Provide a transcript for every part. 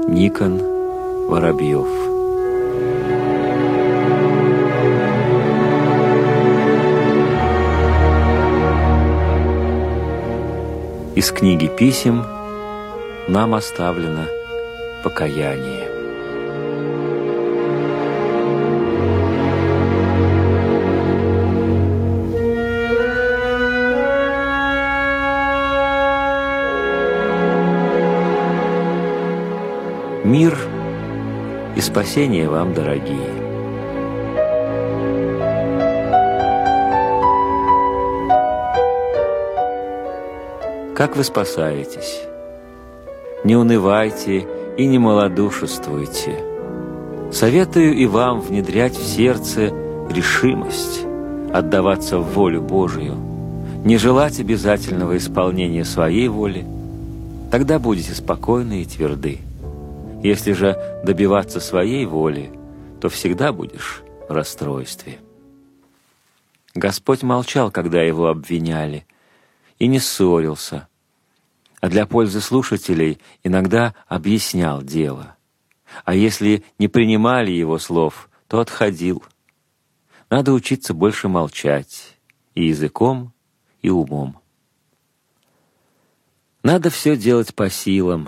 Никон Воробьев. Из книги писем нам оставлено покаяние. Мир и спасение вам, дорогие. Как вы спасаетесь? Не унывайте и не малодушествуйте. Советую и вам внедрять в сердце решимость, отдаваться в волю Божию, не желать обязательного исполнения своей воли, тогда будете спокойны и тверды. Если же добиваться своей воли, то всегда будешь в расстройстве. Господь молчал, когда его обвиняли, и не ссорился, а для пользы слушателей иногда объяснял дело. А если не принимали его слов, то отходил. Надо учиться больше молчать и языком, и умом. Надо все делать по силам.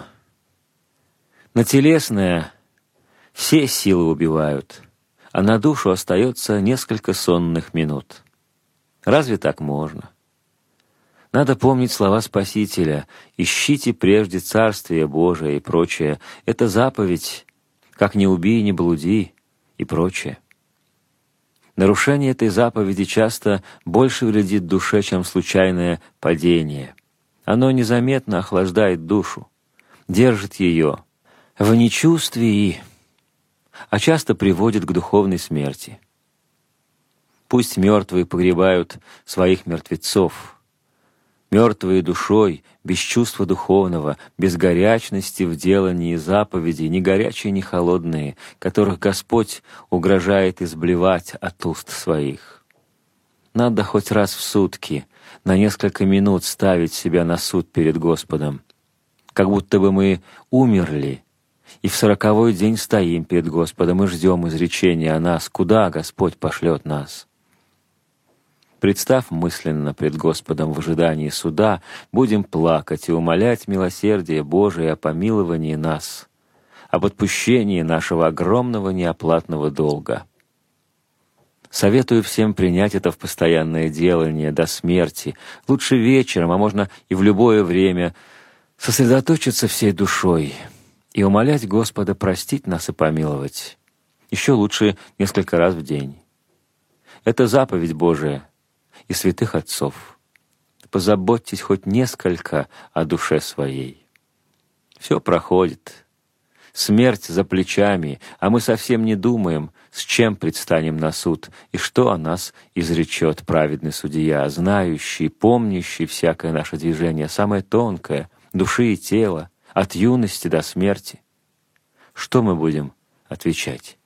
На телесное все силы убивают, а на душу остается несколько сонных минут. Разве так можно? Надо помнить слова Спасителя: «Ищите прежде Царствие Божие» и прочее. Это заповедь, как «не убий, не блуди» и прочее. Нарушение этой заповеди часто больше вредит душе, чем случайное падение. Оно незаметно охлаждает душу, держит ее в нечувствии, а часто приводит к духовной смерти. Пусть мертвые погребают своих мертвецов. Мертвые душой, без чувства духовного, без горячности в делании заповедей, ни горячие, ни холодные, которых Господь угрожает изблевать от уст своих. Надо хоть раз в сутки, на несколько минут ставить себя на суд перед Господом, как будто бы мы умерли, и в 40-й день стоим перед Господом и ждем изречения о нас, куда Господь пошлет нас. Представ мысленно пред Господом в ожидании суда, будем плакать и умолять милосердие Божие о помиловании нас, об отпущении нашего огромного неоплатного долга. Советую всем принять это в постоянное делание до смерти, лучше вечером, а можно и в любое время, сосредоточиться всей душой и умолять Господа простить нас и помиловать. Еще лучше несколько раз в день. Это заповедь Божия и святых отцов. Позаботьтесь хоть несколько о душе своей. Все проходит. Смерть за плечами, а мы совсем не думаем, с чем предстанем на суд и что о нас изречет праведный судья, знающий, помнящий всякое наше движение, самое тонкое, души и тела, от юности до смерти. Что мы будем отвечать?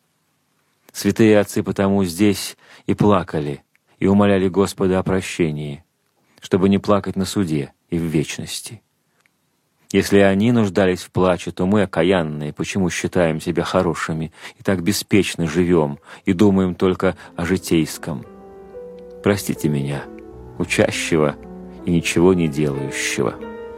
Святые отцы потому здесь и плакали, и умоляли Господа о прощении, чтобы не плакать на суде и в вечности. Если они нуждались в плаче, то мы, окаянные, почему считаем себя хорошими и так беспечно живем и думаем только о житейском? Простите меня, учащего и ничего не делающего.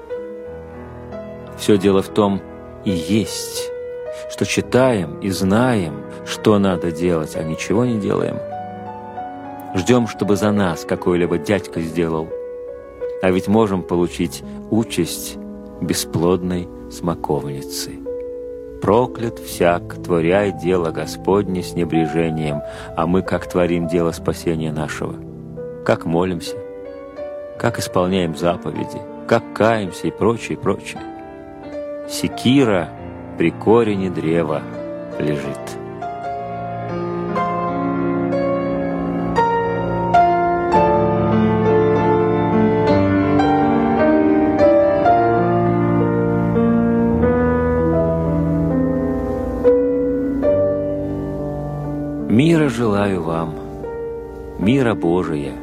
Все дело в том и есть, что читаем и знаем, что надо делать, а ничего не делаем. Ждем, чтобы за нас какой-либо дядька сделал. А ведь можем получить участь бесплодной смоковницы. Проклят всяк, творя дело Господне с небрежением, а мы как творим дело спасения нашего, как молимся, как исполняем заповеди, как каемся и прочее, прочее. Секира при корене древа лежит. Мира желаю вам, мира Божия,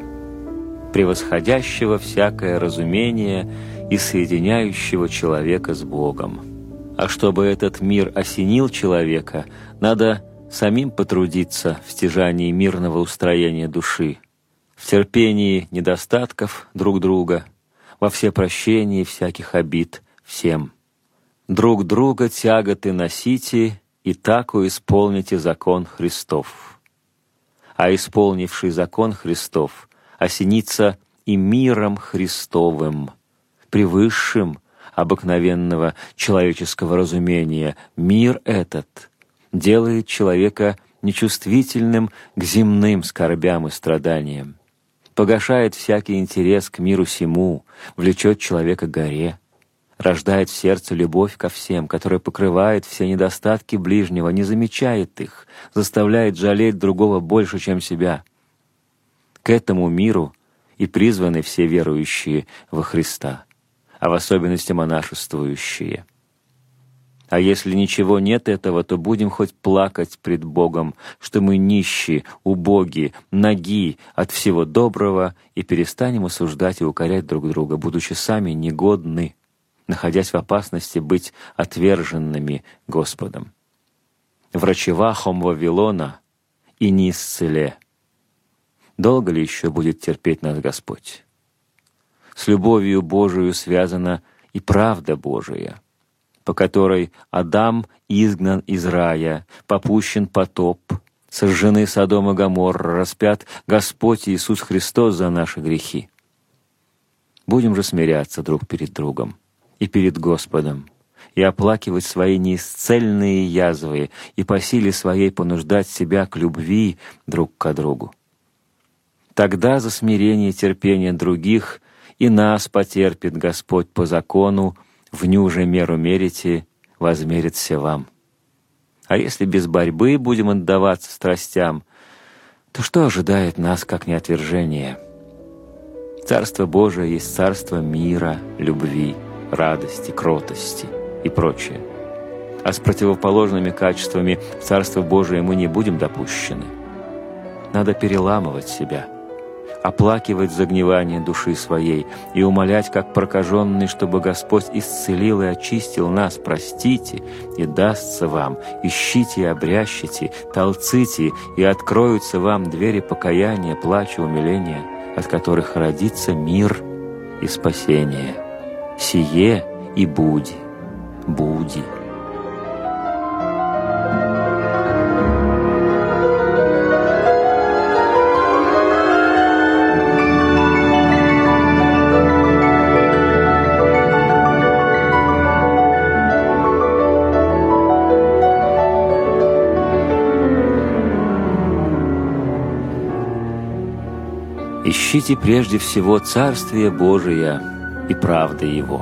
превосходящего всякое разумение и соединяющего человека с Богом. А чтобы этот мир осенил человека, надо самим потрудиться в стяжании мирного устроения души, в терпении недостатков друг друга, во всепрощении всяких обид всем. Друг друга тяготы носите, и таку исполните закон Христов. А исполнивший закон Христов осенится и миром Христовым, превысшим обыкновенного человеческого разумения. Мир этот делает человека нечувствительным к земным скорбям и страданиям, погашает всякий интерес к миру сему, влечет человека к горе, рождает в сердце любовь ко всем, которая покрывает все недостатки ближнего, не замечает их, заставляет жалеть другого больше, чем себя. К этому миру и призваны все верующие во Христа, а в особенности монашествующие. А если ничего нет этого, то будем хоть плакать пред Богом, что мы нищие, убогие, наги от всего доброго, и перестанем осуждать и укорять друг друга, будучи сами негодны, находясь в опасности быть отверженными Господом. Врачевахом Вавилона и не исцеле. Долго ли еще будет терпеть нас Господь? С любовью Божию связана и правда Божия, по которой Адам изгнан из рая, попущен потоп, сожжены Содом и Гоморра, распят Господь Иисус Христос за наши грехи. Будем же смиряться друг перед другом и перед Господом, и оплакивать свои неисцельные язвы, и по силе своей понуждать себя к любви друг к другу. Тогда за смирение и терпение других и нас потерпит Господь по закону, в ню же меру мерите, возмерит все вам. А если без борьбы будем отдаваться страстям, то что ожидает нас, как не отвержение? Царство Божие есть царство мира, любви, радости, кротости и прочее. А с противоположными качествами в Царство Божие мы не будем допущены. Надо переламывать себя, оплакивать загнивание души своей и умолять, как прокаженный, чтобы Господь исцелил и очистил нас. Простите, и дастся вам, ищите и обрящите, толците, и откроются вам двери покаяния, плача, умиления, от которых родится мир и спасение. Сие и буди, буди. Ищите прежде всего Царствие Божие и правды Его.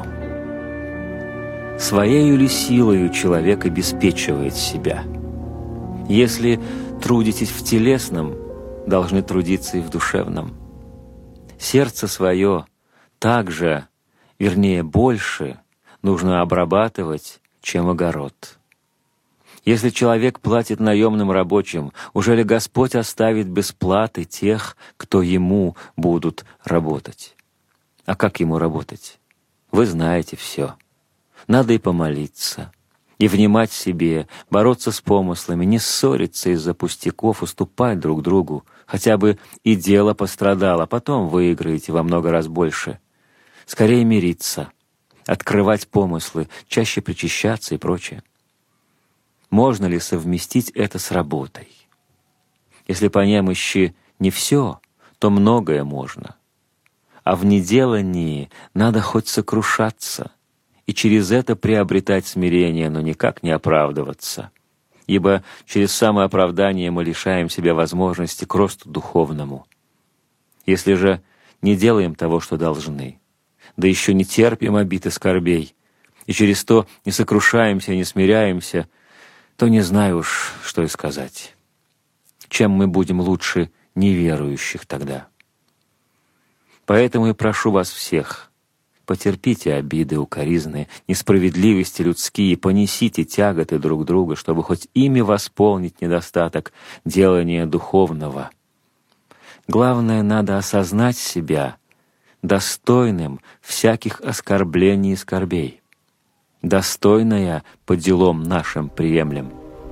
Своею ли силою человек обеспечивает себя? Если трудитесь в телесном, должны трудиться и в душевном. Сердце свое также, вернее больше, нужно обрабатывать, чем огород. Если человек платит наемным рабочим, уже ли Господь оставит без платы тех, кто ему будут работать? А как ему работать? Вы знаете все. Надо и помолиться, и внимать себе, бороться с помыслами, не ссориться из-за пустяков, уступать друг другу. Хотя бы и дело пострадало, потом выиграете во много раз больше. Скорее мириться, открывать помыслы, чаще причащаться и прочее. Можно ли совместить это с работой? Если по немощи не все, то многое можно. А в неделании надо хоть сокрушаться, и через это приобретать смирение, но никак не оправдываться. Ибо через самооправдание мы лишаем себя возможности к росту духовному. Если же не делаем того, что должны, да еще не терпим обид и скорбей, и через то не сокрушаемся, не смиряемся, то не знаю уж, что и сказать. Чем мы будем лучше неверующих тогда? Поэтому и прошу вас всех, потерпите обиды, укоризны, несправедливости людские, понесите тяготы друг друга, чтобы хоть ими восполнить недостаток делания духовного. Главное, надо осознать себя достойным всяких оскорблений и скорбей. достойная по делам нашим приемлем.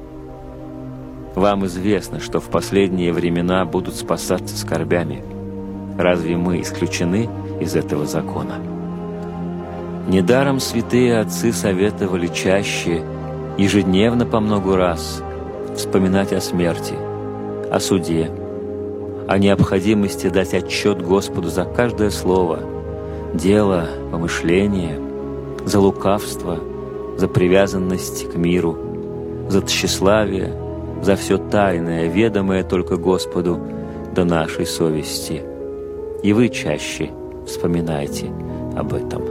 Вам известно, что в последние времена будут спасаться скорбями. Разве мы исключены из этого закона? Недаром святые отцы советовали чаще, ежедневно по много раз, вспоминать о смерти, о суде, о необходимости дать отчет Господу за каждое слово, дело, помышление, за лукавство, за привязанность к миру, за тщеславие, за все тайное, ведомое только Господу до нашей совести. И вы чаще вспоминайте об этом.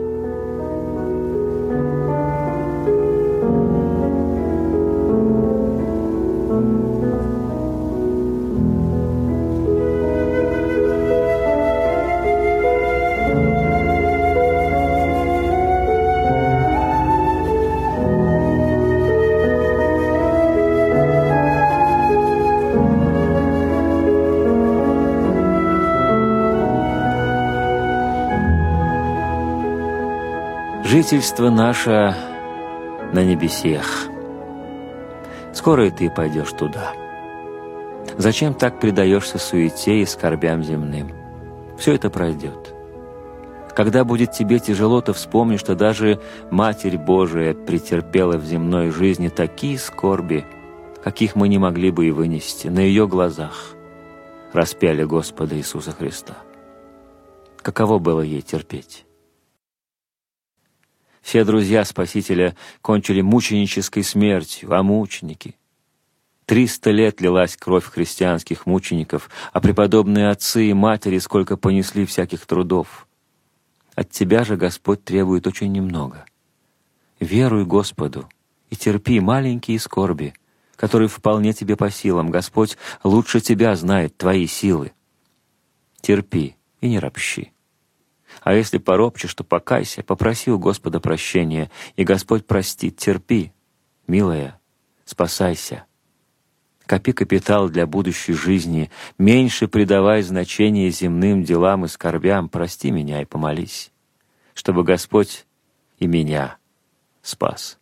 Жительство наше на небесех. Скоро и ты пойдешь туда. Зачем так предаешься суете и скорбям земным? Все это пройдет. Когда будет тебе тяжело, то вспомни, что даже Матерь Божия претерпела в земной жизни такие скорби, каких мы не могли бы и вынести. На ее глазах распяли Господа Иисуса Христа. Каково было ей терпеть? Все друзья Спасителя кончили мученической смертью, а мученики. 300 лет лилась кровь христианских мучеников, а преподобные отцы и матери сколько понесли всяких трудов. От тебя же Господь требует очень немного. Веруй Господу и терпи маленькие скорби, которые вполне тебе по силам. Господь лучше тебя знает твои силы. Терпи и не ропщи. А если поропчешь, то покайся, попроси у Господа прощения, и Господь простит. Терпи, милая, спасайся. Копи капитал для будущей жизни, меньше придавай значение земным делам и скорбям. Прости меня и помолись, чтобы Господь и меня спас.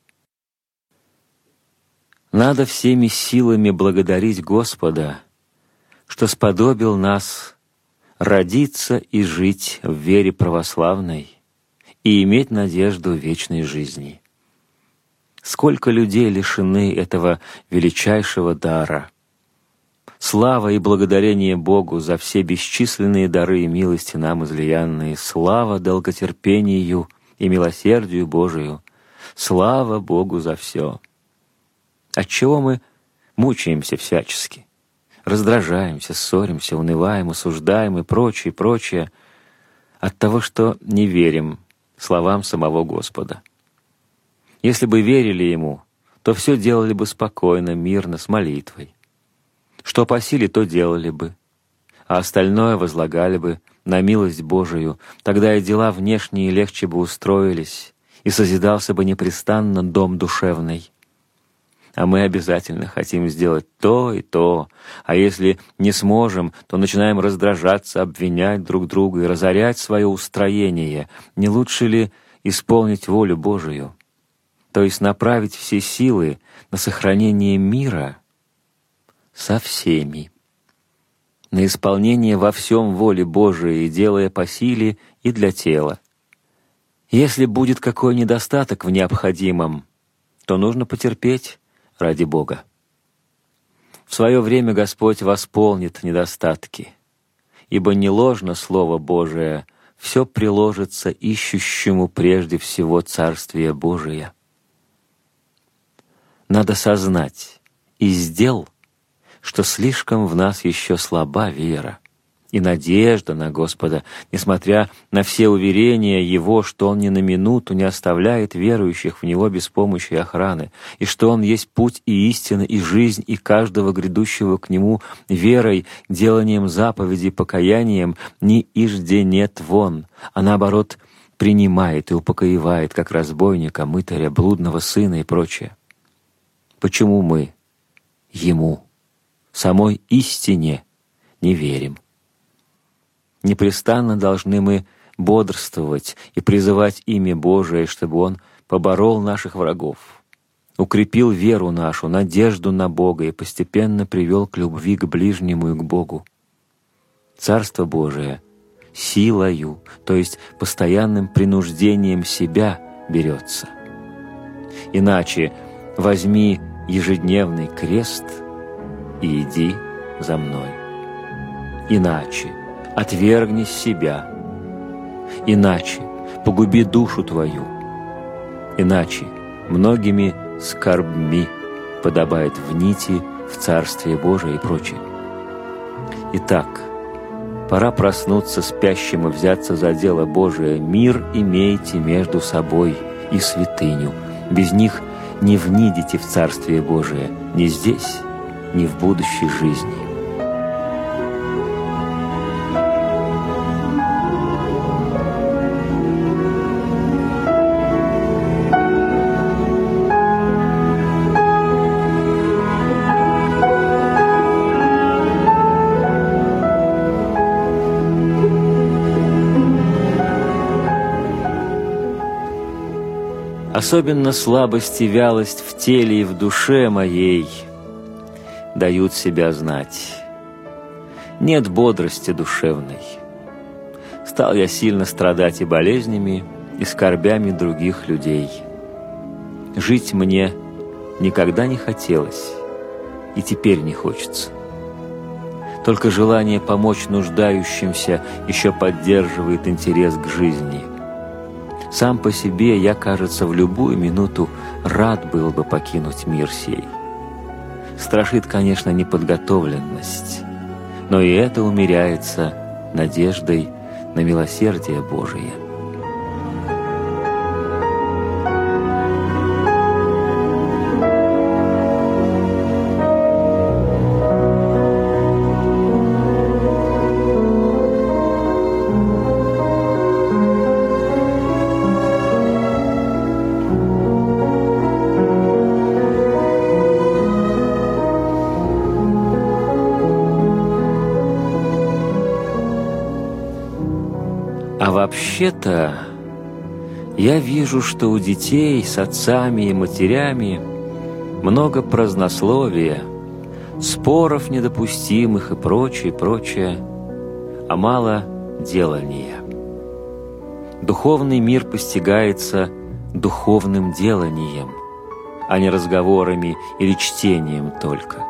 Надо всеми силами благодарить Господа, что сподобил нас родиться и жить в вере православной и иметь надежду вечной жизни. Сколько людей лишены этого величайшего дара! Слава и благодарение Богу за все бесчисленные дары и милости нам излиянные, слава долготерпению и милосердию Божию, слава Богу за все! Отчего мы мучаемся всячески? Раздражаемся, ссоримся, унываем, осуждаем и прочее, прочее, от того, что не верим словам самого Господа. Если бы верили Ему, то все делали бы спокойно, мирно, с молитвой. Что по силе, то делали бы, а остальное возлагали бы на милость Божию, тогда и дела внешние легче бы устроились, и созидался бы непрестанно дом душевный. А мы обязательно хотим сделать то и то, а если не сможем, то начинаем раздражаться, обвинять друг друга и разорять свое устроение. Не лучше ли исполнить волю Божию, то есть направить все силы на сохранение мира со всеми, на исполнение во всем воли Божией, делая по силе и для тела? Если будет какой недостаток в необходимом, то нужно потерпеть ради Бога. В свое время Господь восполнит недостатки, ибо не ложно Слово Божие, все приложится ищущему прежде всего Царствие Божие. Надо сознать и сделать, что слишком в нас еще слаба вера и надежда на Господа, несмотря на все уверения Его, что Он ни на минуту не оставляет верующих в Него без помощи и охраны, и что Он есть путь и истина, и жизнь, и каждого грядущего к Нему верой, деланием заповедей, покаянием ни ижде нет вон, а наоборот принимает и упокоевает, как разбойника, мытаря, блудного сына и прочее. Почему мы Ему, самой истине, не верим? Непрестанно должны мы бодрствовать и призывать имя Божие, чтобы Он поборол наших врагов, укрепил веру нашу, надежду на Бога и постепенно привел к любви к ближнему и к Богу. Царство Божие силою, то есть постоянным принуждением себя берется. Иначе возьми ежедневный крест и иди за мной. Иначе отвергни себя. Иначе погуби душу твою. Иначе многими скорбьми подобает в нити в Царствие Божие и прочее. Итак, пора проснуться спящим и взяться за дело Божие. Мир имейте между собой и святыню. Без них не внидите в Царствие Божие ни здесь, ни в будущей жизни. Особенно слабость и вялость в теле и в душе моей дают себя знать. Нет бодрости душевной. Стал я сильно страдать и болезнями, и скорбями других людей. Жить мне никогда не хотелось, и теперь не хочется. Только желание помочь нуждающимся еще поддерживает интерес к жизни. Сам по себе я, кажется, в любую минуту рад был бы покинуть мир сей. Страшит, конечно, неподготовленность, но и это умеряется надеждой на милосердие Божие. А вообще-то я вижу, что у детей с отцами и матерями много празднословия, споров недопустимых и прочее, а мало делания. Духовный мир постигается духовным деланием, а не разговорами или чтением только.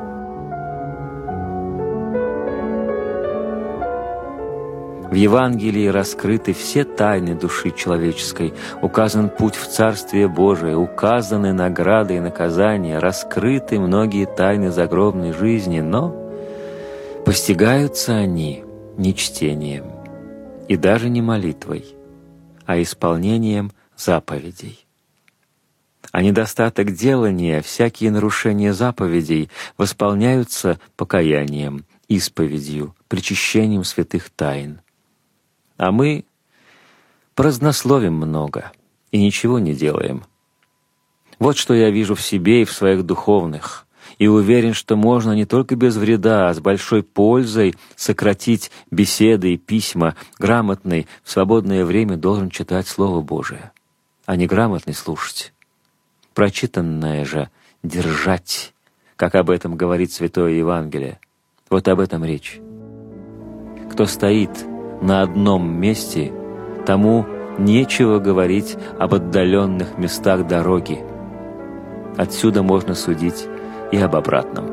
В Евангелии раскрыты все тайны души человеческой, указан путь в Царствие Божие, указаны награды и наказания, раскрыты многие тайны загробной жизни, но постигаются они не чтением и даже не молитвой, а исполнением заповедей. А недостаток делания, всякие нарушения заповедей восполняются покаянием, исповедью, причащением святых тайн. А мы празднословим много и ничего не делаем. Вот что я вижу в себе и в своих духовных, и уверен, что можно не только без вреда, а с большой пользой сократить беседы и письма. Грамотный в свободное время должен читать Слово Божие, а неграмотный слушать. Прочитанное же держать, как об этом говорит Святое Евангелие. Вот об этом речь. Кто стоит на одном месте, тому нечего говорить об отдаленных местах дороги. Отсюда можно судить и об обратном.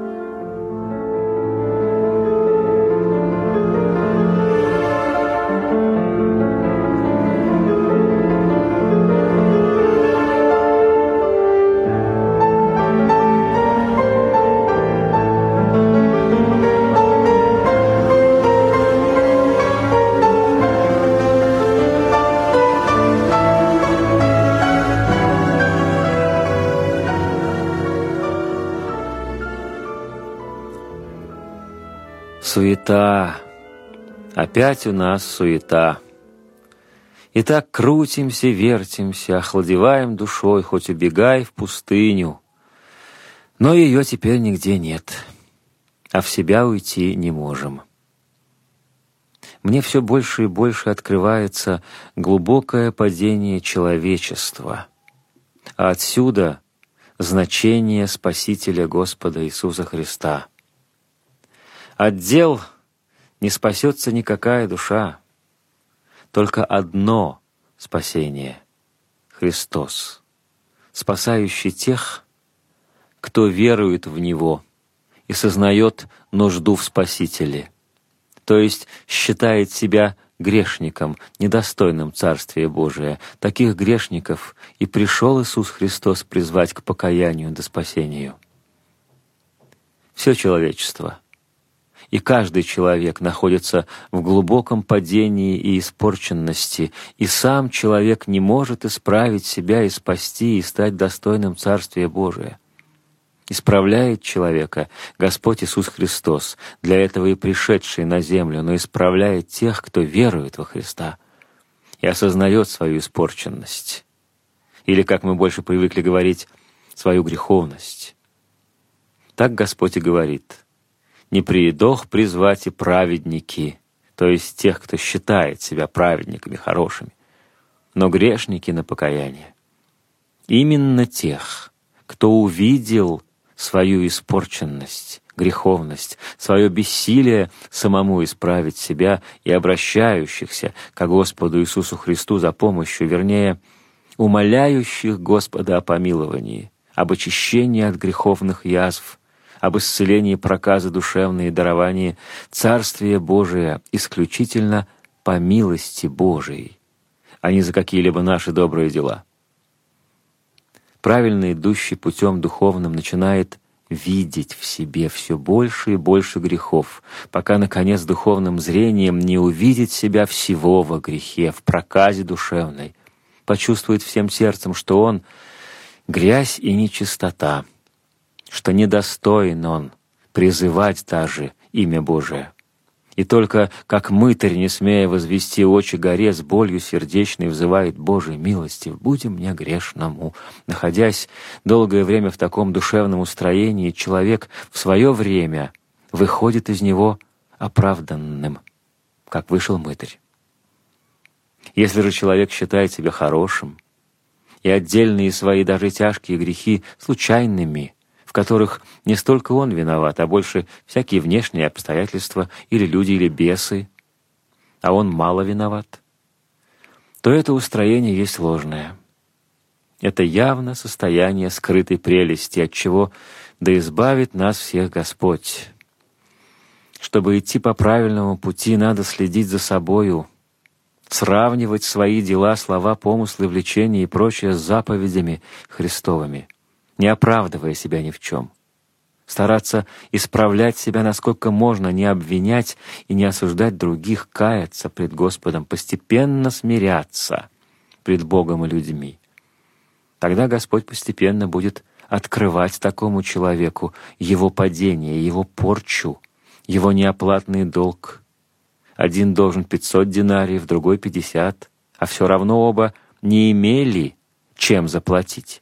Суета. Опять у нас суета. И так крутимся, вертимся, охладеваем душой, хоть убегай в пустыню. Но ее теперь нигде нет, а в себя уйти не можем. Мне все больше и больше открывается глубокое падение человечества, А отсюда значение Спасителя Господа Иисуса Христа. От дел не спасется никакая душа, только одно спасение — Христос, спасающий тех, кто верует в Него и сознает нужду в Спасителе, то есть считает себя грешником, недостойным Царствия Божия. Таких грешников и пришел Иисус Христос призвать к покаянию да спасению. Все человечество и каждый человек находится в глубоком падении и испорченности, и сам человек не может исправить себя и спасти, и стать достойным Царствия Божия. Исправляет человека Господь Иисус Христос, для этого и пришедший на землю, но исправляет тех, кто верует во Христа и осознает свою испорченность, или, как мы больше привыкли говорить, свою греховность. Так Господь и говорит: «Не приидох призвать и праведники», то есть тех, кто считает себя праведниками, хорошими, но грешники на покаяние. Именно тех, кто увидел свою испорченность, греховность, свое бессилие самому исправить себя и обращающихся к Господу Иисусу Христу за помощью, вернее, умоляющих Господа о помиловании, об очищении от греховных язв, об исцелении проказы душевной и даровании Царствия Божия исключительно по милости Божией, а не за какие-либо наши добрые дела. Правильно идущий путем духовным начинает видеть в себе все больше и больше грехов, пока, наконец, духовным зрением не увидит себя всего во грехе, в проказе душевной, почувствует всем сердцем, что он — грязь и нечистота, что недостоин он призывать даже имя Божие. И только как мытарь, не смея возвести очи горе, с болью сердечной взывает: «Божией милости, будем мне грешному». Находясь долгое время в таком душевном устроении, человек в свое время выходит из него оправданным, как вышел мытарь. Если же человек считает себя хорошим, и отдельные свои даже тяжкие грехи случайными, в которых не столько он виноват, а больше всякие внешние обстоятельства или люди, или бесы, а он мало виноват, то это устроение есть ложное. Это явно состояние скрытой прелести, от чего да избавит нас всех Господь. Чтобы идти по правильному пути, надо следить за собою, сравнивать свои дела, слова, помыслы, влечения и прочее с заповедями Христовыми, не оправдывая себя ни в чем. Стараться исправлять себя насколько можно, не обвинять и не осуждать других, каяться пред Господом, постепенно смиряться пред Богом и людьми. Тогда Господь постепенно будет открывать такому человеку его падение, его порчу, его неоплатный долг. Один должен 500 динариев, другой 50, а все равно оба не имели чем заплатить.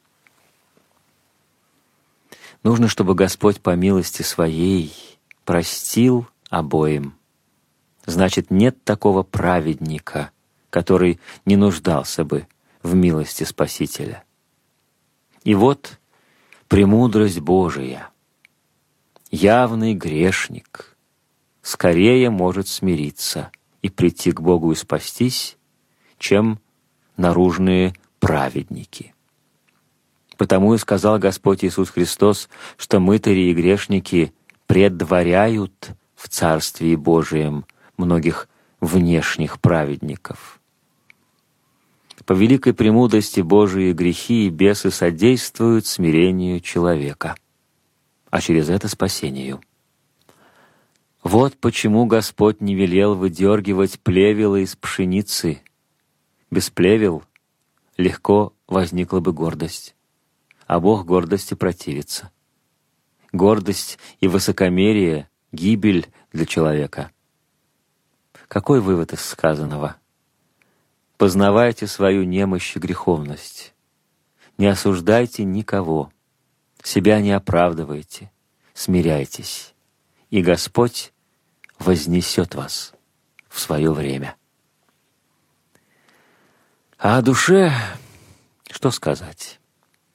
Нужно, чтобы Господь по милости Своей простил обоим. Значит, нет такого праведника, который не нуждался бы в милости Спасителя. И вот премудрость Божия. Явный грешник скорее может смириться и прийти к Богу и спастись, чем наружные праведники. Потому и сказал Господь Иисус Христос, что мытари и грешники предваряют в Царствии Божием многих внешних праведников. По великой премудрости Божией грехи и бесы содействуют смирению человека, а через это спасению. Вот почему Господь не велел выдергивать плевела из пшеницы. Без плевел легко возникла бы гордость, а Бог гордости противится. Гордость и высокомерие — гибель для человека. Какой вывод из сказанного? Познавайте свою немощь и греховность. Не осуждайте никого, себя не оправдывайте, смиряйтесь, и Господь вознесет вас в свое время. А о душе что сказать?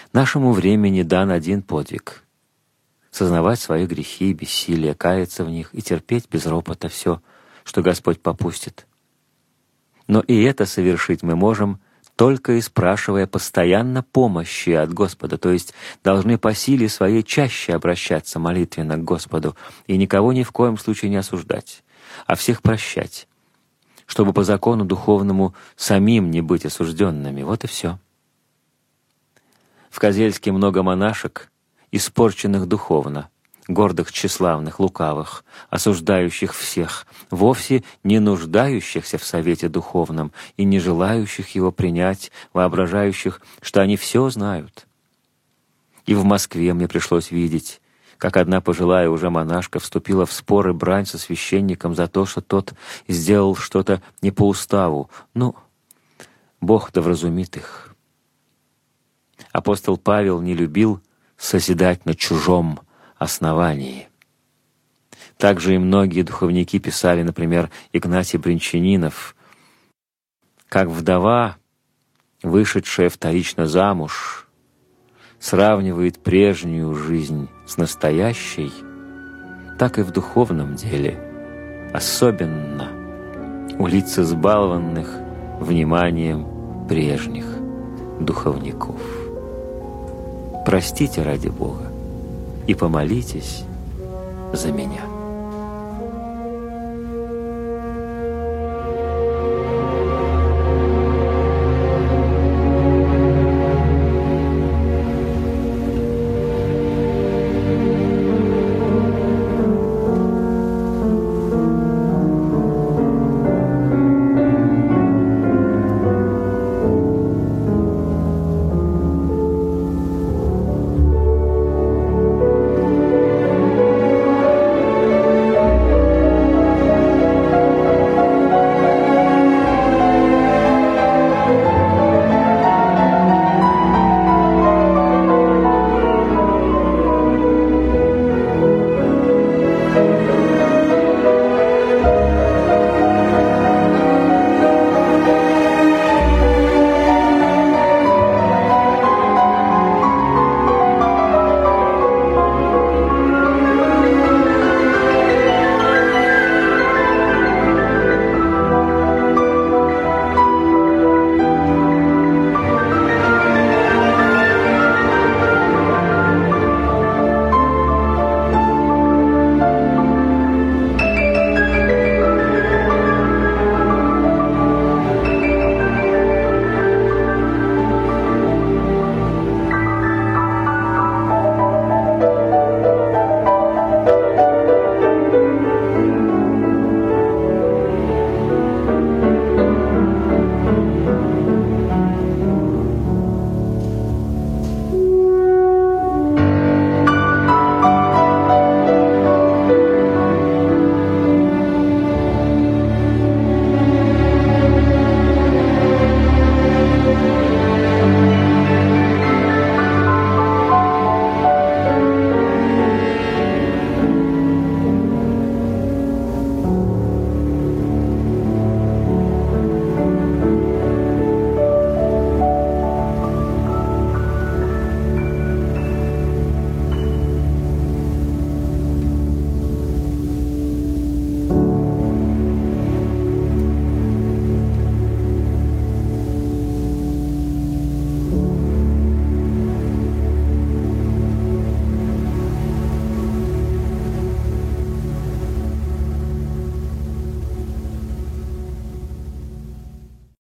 Нашему времени дан один подвиг — сознавать свои грехи и бессилие, каяться в них и терпеть без ропота все, что Господь попустит. Но и это совершить мы можем, только и спрашивая постоянно помощи от Господа, то есть должны по силе своей чаще обращаться молитвенно к Господу и никого ни в коем случае не осуждать, а всех прощать, чтобы по закону духовному самим не быть осужденными. Вот и все. В Козельске много монашек, испорченных духовно, гордых, тщеславных, лукавых, осуждающих всех, вовсе не нуждающихся в совете духовном и не желающих его принять, воображающих, что они все знают. И в Москве мне пришлось видеть, как одна пожилая уже монашка вступила в спор и брань со священником за то, что тот сделал что-то не по уставу. Ну, Бог да вразумит их. Апостол Павел не любил созидать на чужом основании. Также и многие духовники писали, например, Игнатий Бринчанинов, как вдова, вышедшая вторично замуж, сравнивает прежнюю жизнь с настоящей, так и в духовном деле, особенно у лиц избалованных вниманием прежних духовников. Простите ради Бога и помолитесь за меня.